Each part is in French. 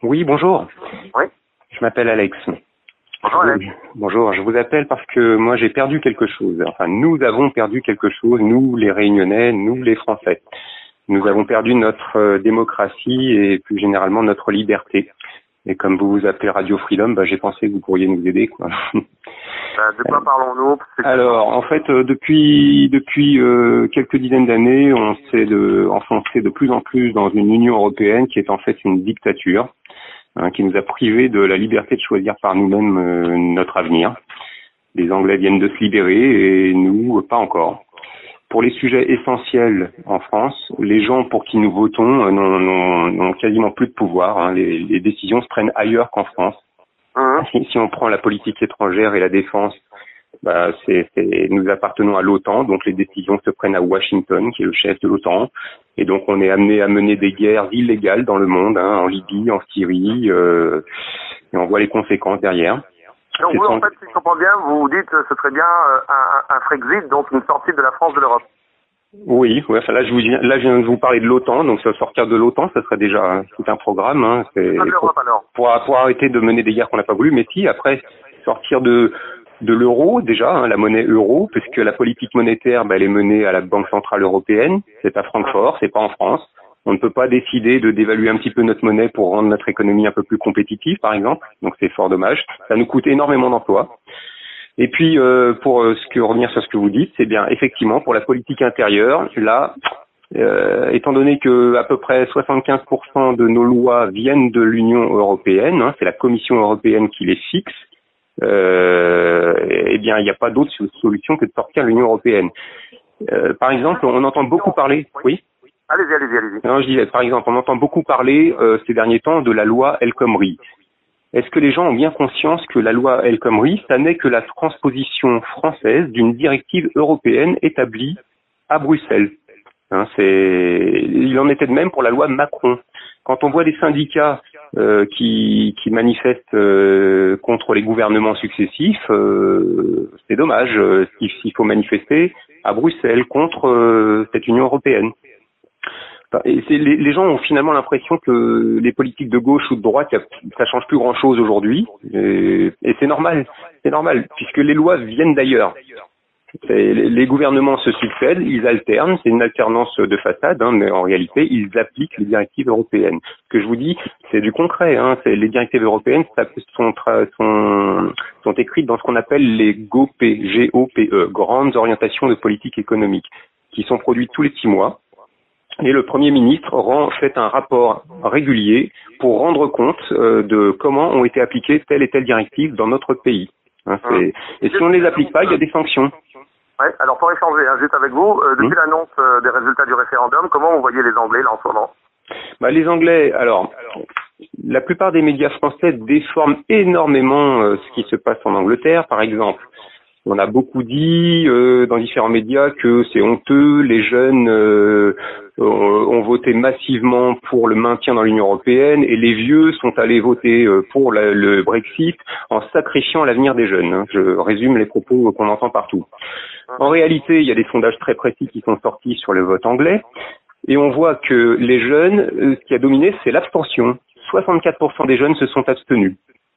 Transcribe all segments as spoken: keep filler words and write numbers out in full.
Oui, bonjour. Oui. Je m'appelle Alex. Bonjour Alex. Bonjour, je vous appelle parce que moi j'ai perdu quelque chose. Enfin, nous avons perdu quelque chose, nous les Réunionnais, nous les Français. Nous avons perdu notre euh, démocratie et plus généralement notre liberté. Et comme vous vous appelez Radio Freedom, bah, j'ai pensé que vous pourriez nous aider, quoi. Euh, de quoi parlons-nous? Alors, en fait, euh, depuis depuis euh, quelques dizaines d'années, on s'est de, enfoncé de plus en plus dans une Union européenne qui est en fait une dictature, hein, qui nous a privés de la liberté de choisir par nous-mêmes euh, notre avenir. Les Anglais viennent de se libérer et nous, pas encore. Pour les sujets essentiels en France, les gens pour qui nous votons euh, n'ont, n'ont, n'ont quasiment plus de pouvoir, hein. Les, les décisions se prennent ailleurs qu'en France. Mmh. Si, si on prend la politique étrangère et la défense, bah, c'est, c'est, nous appartenons à l'OTAN, donc les décisions se prennent à Washington, qui est le chef de l'OTAN, et donc on est amené à mener des guerres illégales dans le monde, hein, en Libye, en Syrie, euh, et on voit les conséquences derrière. Donc C'est vous, sans... en fait, si je comprends bien, vous vous dites que ce serait bien euh, un, un Frexit, donc une sortie de la France de l'Europe. Oui, ouais, enfin là je vous là je viens de vous parler de l'OTAN, donc ça, sortir de l'OTAN, ça serait déjà hein, tout un programme, hein, c'est Pas de l'Europe pour, alors. pour, pour arrêter de mener des guerres qu'on n'a pas voulu, mais si après sortir de de l'euro déjà, hein, la monnaie euro, puisque la politique monétaire, bah, elle est menée à la Banque centrale européenne, c'est à Francfort, c'est pas en France. On ne peut pas décider de dévaluer un petit peu notre monnaie pour rendre notre économie un peu plus compétitive, par exemple. Donc c'est fort dommage. Ça nous coûte énormément d'emplois. Et puis, euh, pour euh, ce que revenir sur ce que vous dites, c'est bien effectivement pour la politique intérieure. Là, euh, étant donné que à peu près soixante-quinze pour cent de nos lois viennent de l'Union européenne, hein, c'est la Commission européenne qui les fixe. Euh, eh bien, il n'y a pas d'autre solution que de sortir de l'Union européenne. Euh, par exemple, on entend beaucoup parler. Oui. Allez-y, allez-y, allez-y. Non, je disais, par exemple, on entend beaucoup parler euh, ces derniers temps de la loi El Khomri. Est-ce que les gens ont bien conscience que la loi El Khomri, ça n'est que la transposition française d'une directive européenne établie à Bruxelles, hein, c'est... Il en était de même pour la loi Macron. Quand on voit des syndicats euh, qui, qui manifestent euh, contre les gouvernements successifs, euh, c'est dommage. Euh, il, il faut manifester à Bruxelles contre euh, cette Union européenne. Et c'est, les, les gens ont finalement l'impression que les politiques de gauche ou de droite, ça change plus grand-chose aujourd'hui, et, et c'est normal, c'est normal, puisque les lois viennent d'ailleurs. C'est, les gouvernements se succèdent, ils alternent, c'est une alternance de façade, hein, mais en réalité, ils appliquent les directives européennes. Ce que je vous dis, c'est du concret. Hein, c'est, les directives européennes ça, sont, sont, sont écrites dans ce qu'on appelle les G O P, G O P E, Grandes Orientations de Politique Économique, qui sont produites tous les six mois. Et le Premier ministre rend, fait un rapport régulier pour rendre compte euh, de comment ont été appliquées telle et telle directive dans notre pays. Hein, c'est, et si on ne les applique pas, il y a des sanctions. Ouais, alors pour échanger hein, juste avec vous, euh, depuis mmh. l'annonce euh, des résultats du référendum, comment vous voyez les Anglais là en ce moment? Bah, les Anglais, alors, la plupart des médias français déforment énormément euh, ce qui se passe en Angleterre, par exemple. On a beaucoup dit euh, dans différents médias que c'est honteux, les jeunes euh, ont voté massivement pour le maintien dans l'Union européenne et les vieux sont allés voter euh, pour la, le Brexit en sacrifiant l'avenir des jeunes. Hein. Je résume les propos qu'on entend partout. En réalité, il y a des sondages très précis qui sont sortis sur le vote anglais et on voit que les jeunes, euh, ce qui a dominé, c'est l'abstention. soixante-quatre pour cent des jeunes se sont abstenus.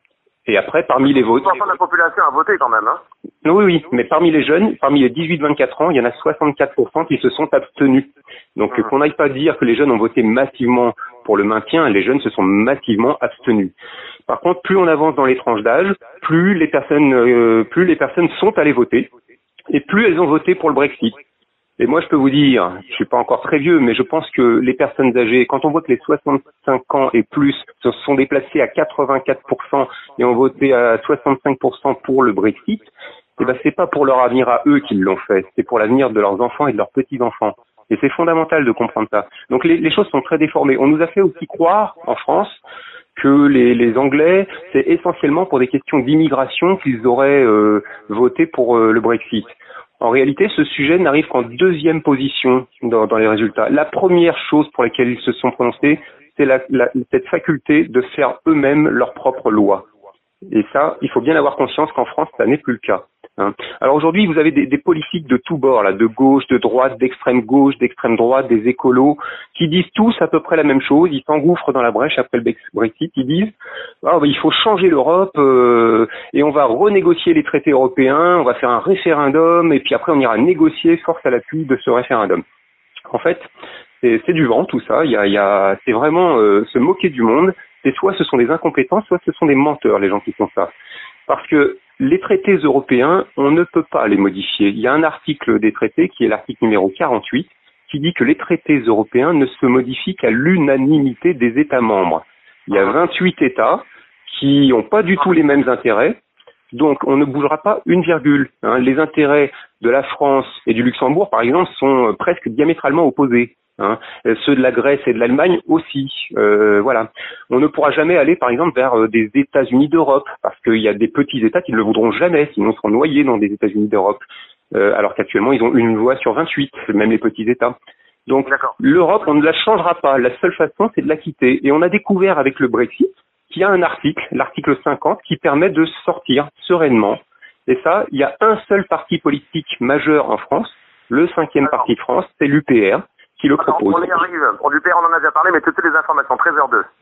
Et après, parmi les votes... soixante pour cent de la population a voté quand même, hein? Oui, oui, mais parmi les jeunes, parmi les dix-huit vingt-quatre ans, il y en a soixante-quatre pour cent qui se sont abstenus. Donc, mmh. qu'on n'aille pas dire que les jeunes ont voté massivement pour le maintien, les jeunes se sont massivement abstenus. Par contre, plus on avance dans les tranches d'âge, plus les personnes, euh, plus les personnes sont allées voter, et plus elles ont voté pour le Brexit. Et moi, je peux vous dire, je suis pas encore très vieux, mais je pense que les personnes âgées, quand on voit que les soixante-cinq ans et plus se sont déplacés à quatre-vingt-quatre pour cent et ont voté à soixante-cinq pour cent pour le Brexit, eh ben, c'est pas pour leur avenir à eux qu'ils l'ont fait, c'est pour l'avenir de leurs enfants et de leurs petits-enfants. Et c'est fondamental de comprendre ça. Donc les, les choses sont très déformées. On nous a fait aussi croire, en France, que les, les Anglais, c'est essentiellement pour des questions d'immigration qu'ils auraient euh, voté pour euh, le Brexit. En réalité, ce sujet n'arrive qu'en deuxième position dans, dans les résultats. La première chose pour laquelle ils se sont prononcés, c'est la, la, cette faculté de faire eux-mêmes leurs propres lois. Et ça, il faut bien avoir conscience qu'en France, ça n'est plus le cas. Hein. Alors aujourd'hui, vous avez des, des politiques de tous bords, là, de gauche, de droite, d'extrême gauche, d'extrême droite, des écolos, qui disent tous à peu près la même chose. Ils s'engouffrent dans la brèche après le Brexit. Ils disent ah, bah, il faut changer l'Europe euh, et on va renégocier les traités européens, on va faire un référendum et puis après on ira négocier force à l'appui de ce référendum. En fait, c'est, c'est du vent tout ça. Il y a, il y a, c'est vraiment euh, se moquer du monde. C'est soit ce sont des incompétents, soit ce sont des menteurs les gens qui font ça. Parce que les traités européens, on ne peut pas les modifier. Il y a un article des traités qui est l'article numéro quarante-huit qui dit que les traités européens ne se modifient qu'à l'unanimité des États membres. Il y a vingt-huit États qui n'ont pas du tout les mêmes intérêts, donc on ne bougera pas une virgule. Hein. Les intérêts de la France et du Luxembourg, par exemple, sont presque diamétralement opposés. Hein. Ceux de la Grèce et de l'Allemagne aussi. Euh, voilà. On ne pourra jamais aller, par exemple, vers euh, des États-Unis d'Europe, parce qu'il y a des petits États qui ne le voudront jamais, sinon ils seront noyés dans des États-Unis d'Europe. Euh, alors qu'actuellement, ils ont une voix sur vingt-huit, même les petits États. Donc, D'accord. L'Europe, on ne la changera pas. La seule façon, c'est de la quitter. Et on a découvert avec le Brexit qu'il y a un article, l'article cinquante, qui permet de sortir sereinement. Et ça, il y a un seul parti politique majeur en France, le cinquième Alors. parti de France, c'est l'U P R. Qui le propose. On y arrive. Pour l'U P R, on en a déjà parlé, mais toutes les informations, treize heures deux.